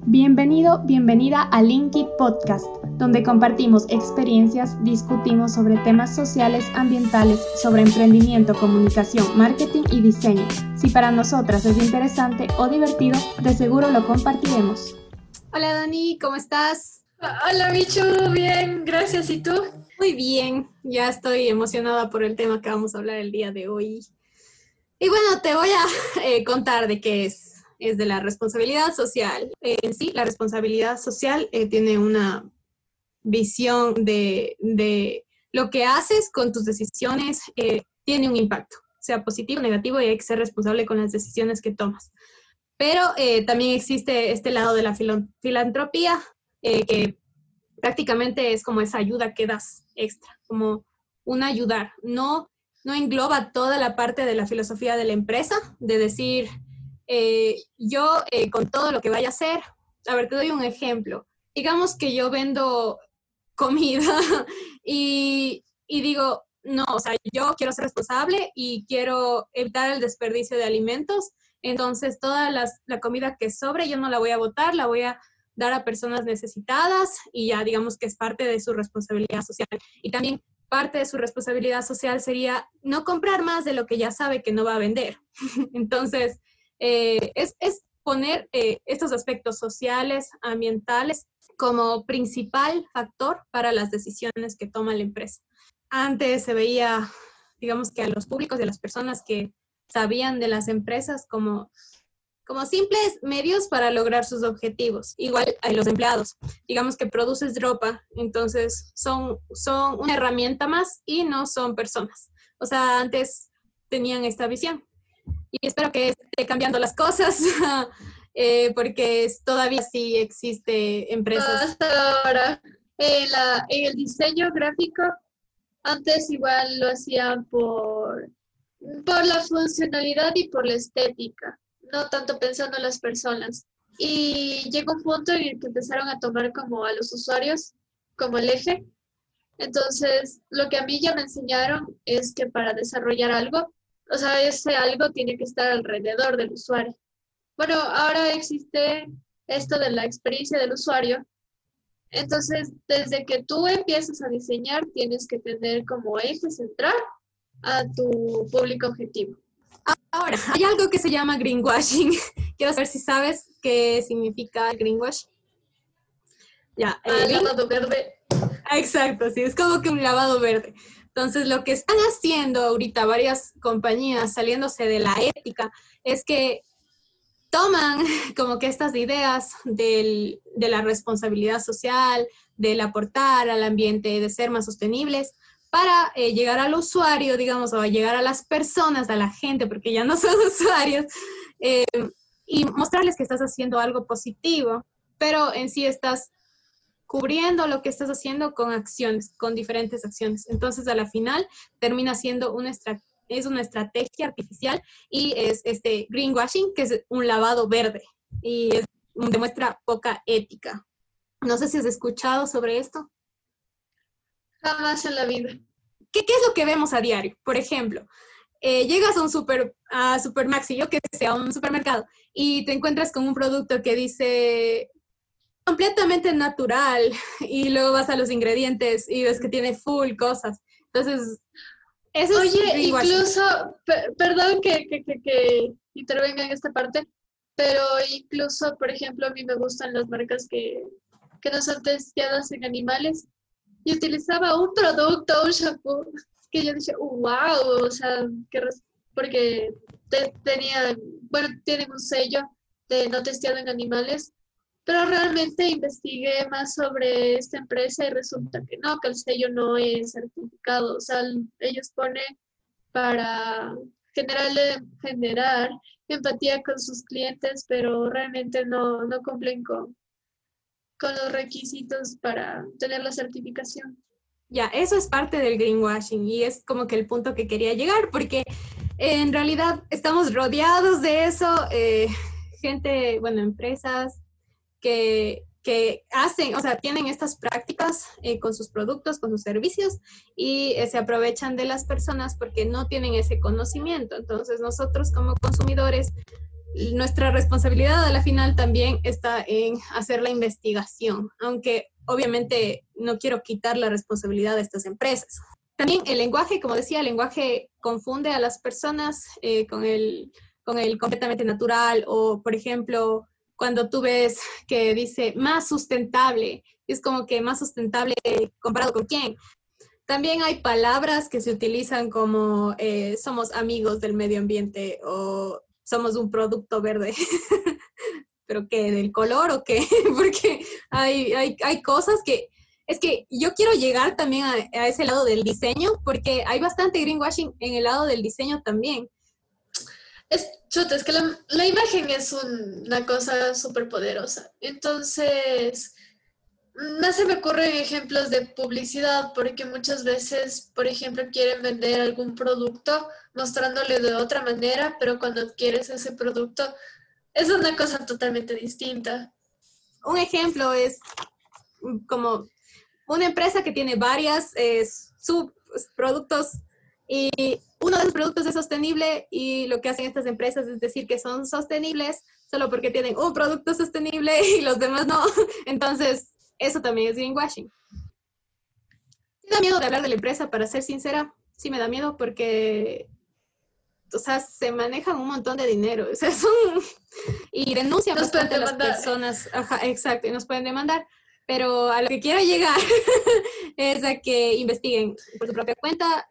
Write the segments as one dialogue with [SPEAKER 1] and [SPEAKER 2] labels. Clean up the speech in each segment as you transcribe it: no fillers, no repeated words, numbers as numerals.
[SPEAKER 1] Bienvenido, bienvenida a Linkit Podcast, donde compartimos experiencias, discutimos sobre temas sociales, ambientales, sobre emprendimiento, comunicación, marketing y diseño. Si para nosotras es interesante o divertido, de seguro lo compartiremos.
[SPEAKER 2] Hola Dani, ¿cómo estás?
[SPEAKER 3] Hola Michu, bien, gracias. ¿Y tú?
[SPEAKER 2] Muy bien, ya estoy emocionada por el tema que vamos a hablar el día de hoy. Y bueno, te voy a contar de qué es. Es de la responsabilidad social. En sí, la responsabilidad social tiene una visión de lo que haces con tus decisiones, tiene un impacto, sea positivo o negativo, y hay que ser responsable con las decisiones que tomas. Pero también existe este lado de la filantropía, que prácticamente es como esa ayuda que das extra, como un ayudar. No engloba toda la parte de la filosofía de la empresa, de decir, yo con todo lo que vaya a hacer, a ver, te doy un ejemplo. Digamos que yo vendo comida y digo, no, o sea, yo quiero ser responsable y quiero evitar el desperdicio de alimentos, entonces toda la comida que sobre yo no la voy a botar, la voy a dar a personas necesitadas y ya digamos que es parte de su responsabilidad social. Y también parte de su responsabilidad social sería no comprar más de lo que ya sabe que no va a vender. Entonces, es poner estos aspectos sociales, ambientales, como principal factor para las decisiones que toma la empresa. Antes se veía, digamos que a los públicos y a las personas que sabían de las empresas como simples medios para lograr sus objetivos. Igual a los empleados. Digamos que produces ropa, entonces son una herramienta más y no son personas. O sea, antes tenían esta visión. Y espero que esté cambiando las cosas, porque todavía sí existe empresas.
[SPEAKER 3] Hasta ahora, en el diseño gráfico, antes igual lo hacían por la funcionalidad y por la estética, no tanto pensando en las personas. Y llegó un punto en el que empezaron a tomar como a los usuarios como el eje. Entonces, lo que a mí ya me enseñaron es que para desarrollar algo, o sea, ese algo tiene que estar alrededor del usuario. Bueno, ahora existe esto de la experiencia del usuario. Entonces, desde que tú empiezas a diseñar, tienes que tener como eje central a tu público objetivo.
[SPEAKER 2] Ahora, hay algo que se llama greenwashing. Quiero saber si sabes qué significa greenwash. Ya,
[SPEAKER 3] Lavado verde.
[SPEAKER 2] Exacto, sí, es como que un lavado verde. Entonces, lo que están haciendo ahorita varias compañías saliéndose de la ética es que toman como que estas ideas de la responsabilidad social, del aportar al ambiente, de ser más sostenibles, para llegar al usuario, digamos, o llegar a las personas, a la gente, porque ya no son usuarios, y mostrarles que estás haciendo algo positivo, pero en sí estás cubriendo lo que estás haciendo con acciones, con diferentes acciones. Entonces, a la final, termina siendo una estrategia artificial y es este greenwashing, que es un lavado verde y demuestra poca ética. No sé si has escuchado sobre esto.
[SPEAKER 3] Jamás en la vida.
[SPEAKER 2] ¿Qué es lo que vemos a diario? Por ejemplo, llegas a Supermaxi, yo que sé, a un supermercado, y te encuentras con un producto que dice completamente natural, y luego vas a los ingredientes y ves que tiene full cosas. Entonces, eso es
[SPEAKER 3] Oye,
[SPEAKER 2] greenwashing.
[SPEAKER 3] incluso, perdón que intervenga en esta parte, pero incluso, por ejemplo, a mí me gustan las marcas que no son testeadas en animales. Y utilizaba un producto, un shampoo, que yo dije, wow, o sea, porque tienen un sello de no testeado en animales, pero realmente investigué más sobre esta empresa y resulta que no, que el sello no es certificado, o sea, ellos ponen para generar empatía con sus clientes, pero realmente no cumplen con los requisitos para tener la certificación.
[SPEAKER 2] Ya, eso es parte del greenwashing y es como que el punto que quería llegar, porque en realidad estamos rodeados de eso, gente, bueno, empresas que hacen, o sea, tienen estas prácticas con sus productos, con sus servicios y se aprovechan de las personas porque no tienen ese conocimiento. Entonces nosotros como consumidores nuestra responsabilidad a la final también está en hacer la investigación, aunque obviamente no quiero quitar la responsabilidad de estas empresas. También el lenguaje, como decía, el lenguaje confunde a las personas con el completamente natural, o por ejemplo, cuando tú ves que dice más sustentable, es como que más sustentable comparado con quién. También hay palabras que se utilizan como somos amigos del medio ambiente o somos un producto verde. ¿Pero qué? ¿Del color o qué? Porque hay cosas que... Es que yo quiero llegar también a ese lado del diseño, porque hay bastante greenwashing en el lado del diseño también.
[SPEAKER 3] Es que la imagen es una cosa súper poderosa. Entonces, no se me ocurren ejemplos de publicidad porque muchas veces, por ejemplo, quieren vender algún producto mostrándole de otra manera, pero cuando adquieres ese producto es una cosa totalmente distinta.
[SPEAKER 2] Un ejemplo es como una empresa que tiene varias subproductos y uno de esos productos es sostenible y lo que hacen estas empresas es decir que son sostenibles solo porque tienen un producto sostenible y los demás no. Entonces, eso también es greenwashing. ¿Me da miedo de hablar de la empresa, para ser sincera? Sí me da miedo porque, o sea, se manejan un montón de dinero. O sea, y denuncian bastante a las personas. Ajá, exacto, y nos pueden demandar. Pero a lo que quiero llegar es a que investiguen por su propia cuenta,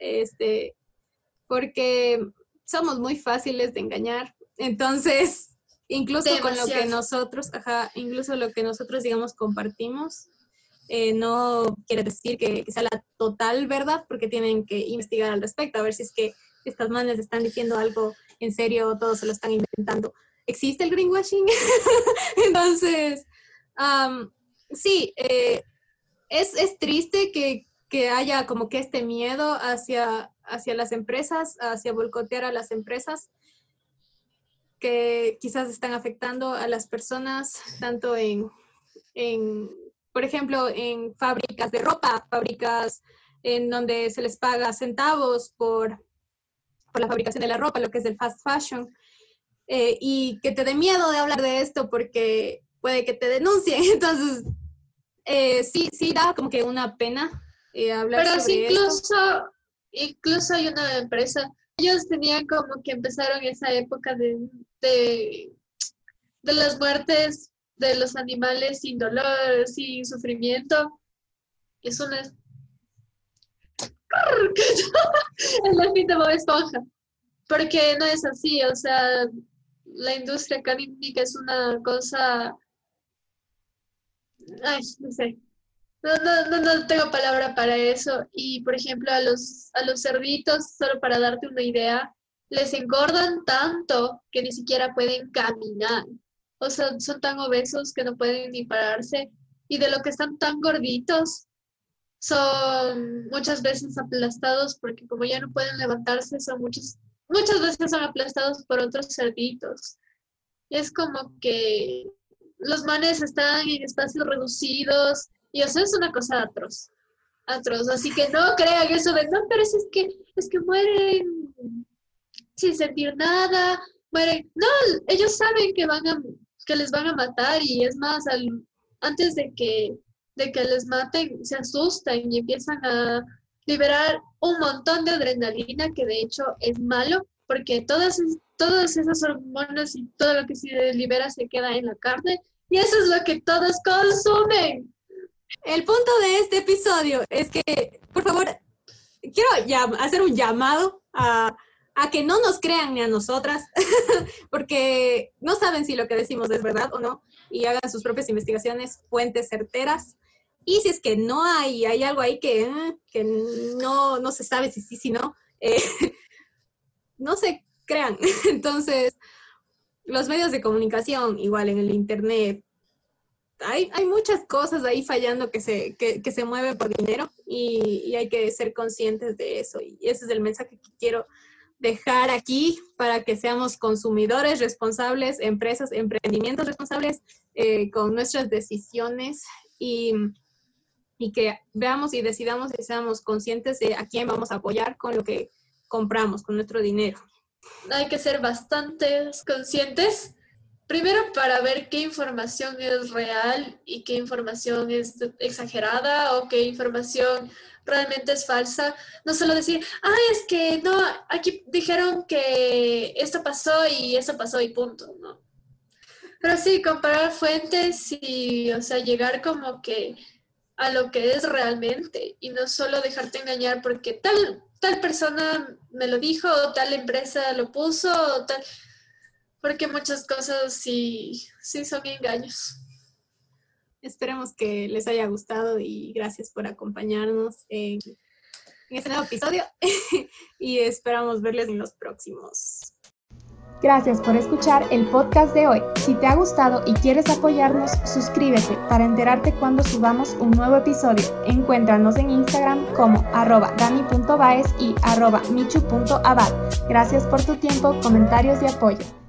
[SPEAKER 2] porque somos muy fáciles de engañar. Entonces, incluso con lo que nosotros, incluso lo que nosotros, digamos, compartimos, no quiere decir que sea la total verdad, porque tienen que investigar al respecto, a ver si es que estas manes están diciendo algo en serio, todos se lo están inventando. ¿Existe el greenwashing? Entonces, sí, es triste que haya como que este miedo hacia las empresas, hacia boicotear a las empresas, que quizás están afectando a las personas, tanto por ejemplo, en fábricas de ropa, fábricas en donde se les paga centavos por la fabricación de la ropa, lo que es el fast fashion, y que te dé miedo de hablar de esto porque puede que te denuncien. Entonces, sí da como que una pena hablar
[SPEAKER 3] pero
[SPEAKER 2] sobre
[SPEAKER 3] esto. Incluso hay una empresa, ellos tenían como que empezaron esa época de las muertes de los animales sin dolor, sin sufrimiento. Eso no es... Es la fin de Bob Esponja. Porque no es así, o sea, la industria canínica es una cosa... Ay, no sé. No tengo palabra para eso. Y, por ejemplo, a los cerditos, solo para darte una idea, les engordan tanto que ni siquiera pueden caminar. O sea, son tan obesos que no pueden ni pararse. Y de lo que están tan gorditos, son muchas veces aplastados porque como ya no pueden levantarse, muchas veces son aplastados por otros cerditos. Es como que los manes están en espacios reducidos y eso es una cosa atroz, atroz. Así que no crean eso de, no, pero es que mueren sin sentir nada, mueren. No, ellos saben que les van a matar y es más, antes de que les maten, se asustan y empiezan a liberar un montón de adrenalina, que de hecho es malo, porque todas esas hormonas y todo lo que se libera se queda en la carne, y eso es lo que todos consumen.
[SPEAKER 2] El punto de este episodio es que, por favor, quiero hacer un llamado a que no nos crean ni a nosotras, porque no saben si lo que decimos es verdad o no, y hagan sus propias investigaciones, fuentes certeras. Y si es que no hay algo ahí que no se sabe si sí, si no, no se crean. Entonces, los medios de comunicación, igual en el internet, hay muchas cosas ahí fallando que se mueven por dinero y hay que ser conscientes de eso. Y ese es el mensaje que quiero dejar aquí para que seamos consumidores responsables, empresas, emprendimientos responsables con nuestras decisiones y que veamos y decidamos y seamos conscientes de a quién vamos a apoyar con lo que compramos, con nuestro dinero.
[SPEAKER 3] hay que ser bastante conscientes. Primero, para ver qué información es real y qué información es exagerada o qué información realmente es falsa. No solo decir, es que no, aquí dijeron que esto pasó y punto, ¿no? Pero sí, comparar fuentes y, o sea, llegar como que a lo que es realmente y no solo dejarte engañar porque tal persona me lo dijo o tal empresa lo puso o tal, porque muchas cosas sí son engaños.
[SPEAKER 2] Esperemos que les haya gustado y gracias por acompañarnos en este nuevo episodio y esperamos verles en los próximos.
[SPEAKER 1] Gracias por escuchar el podcast de hoy. Si te ha gustado y quieres apoyarnos, suscríbete para enterarte cuando subamos un nuevo episodio. Encuéntranos en Instagram como @dani.baez y @michu.abad. Gracias por tu tiempo, comentarios y apoyo.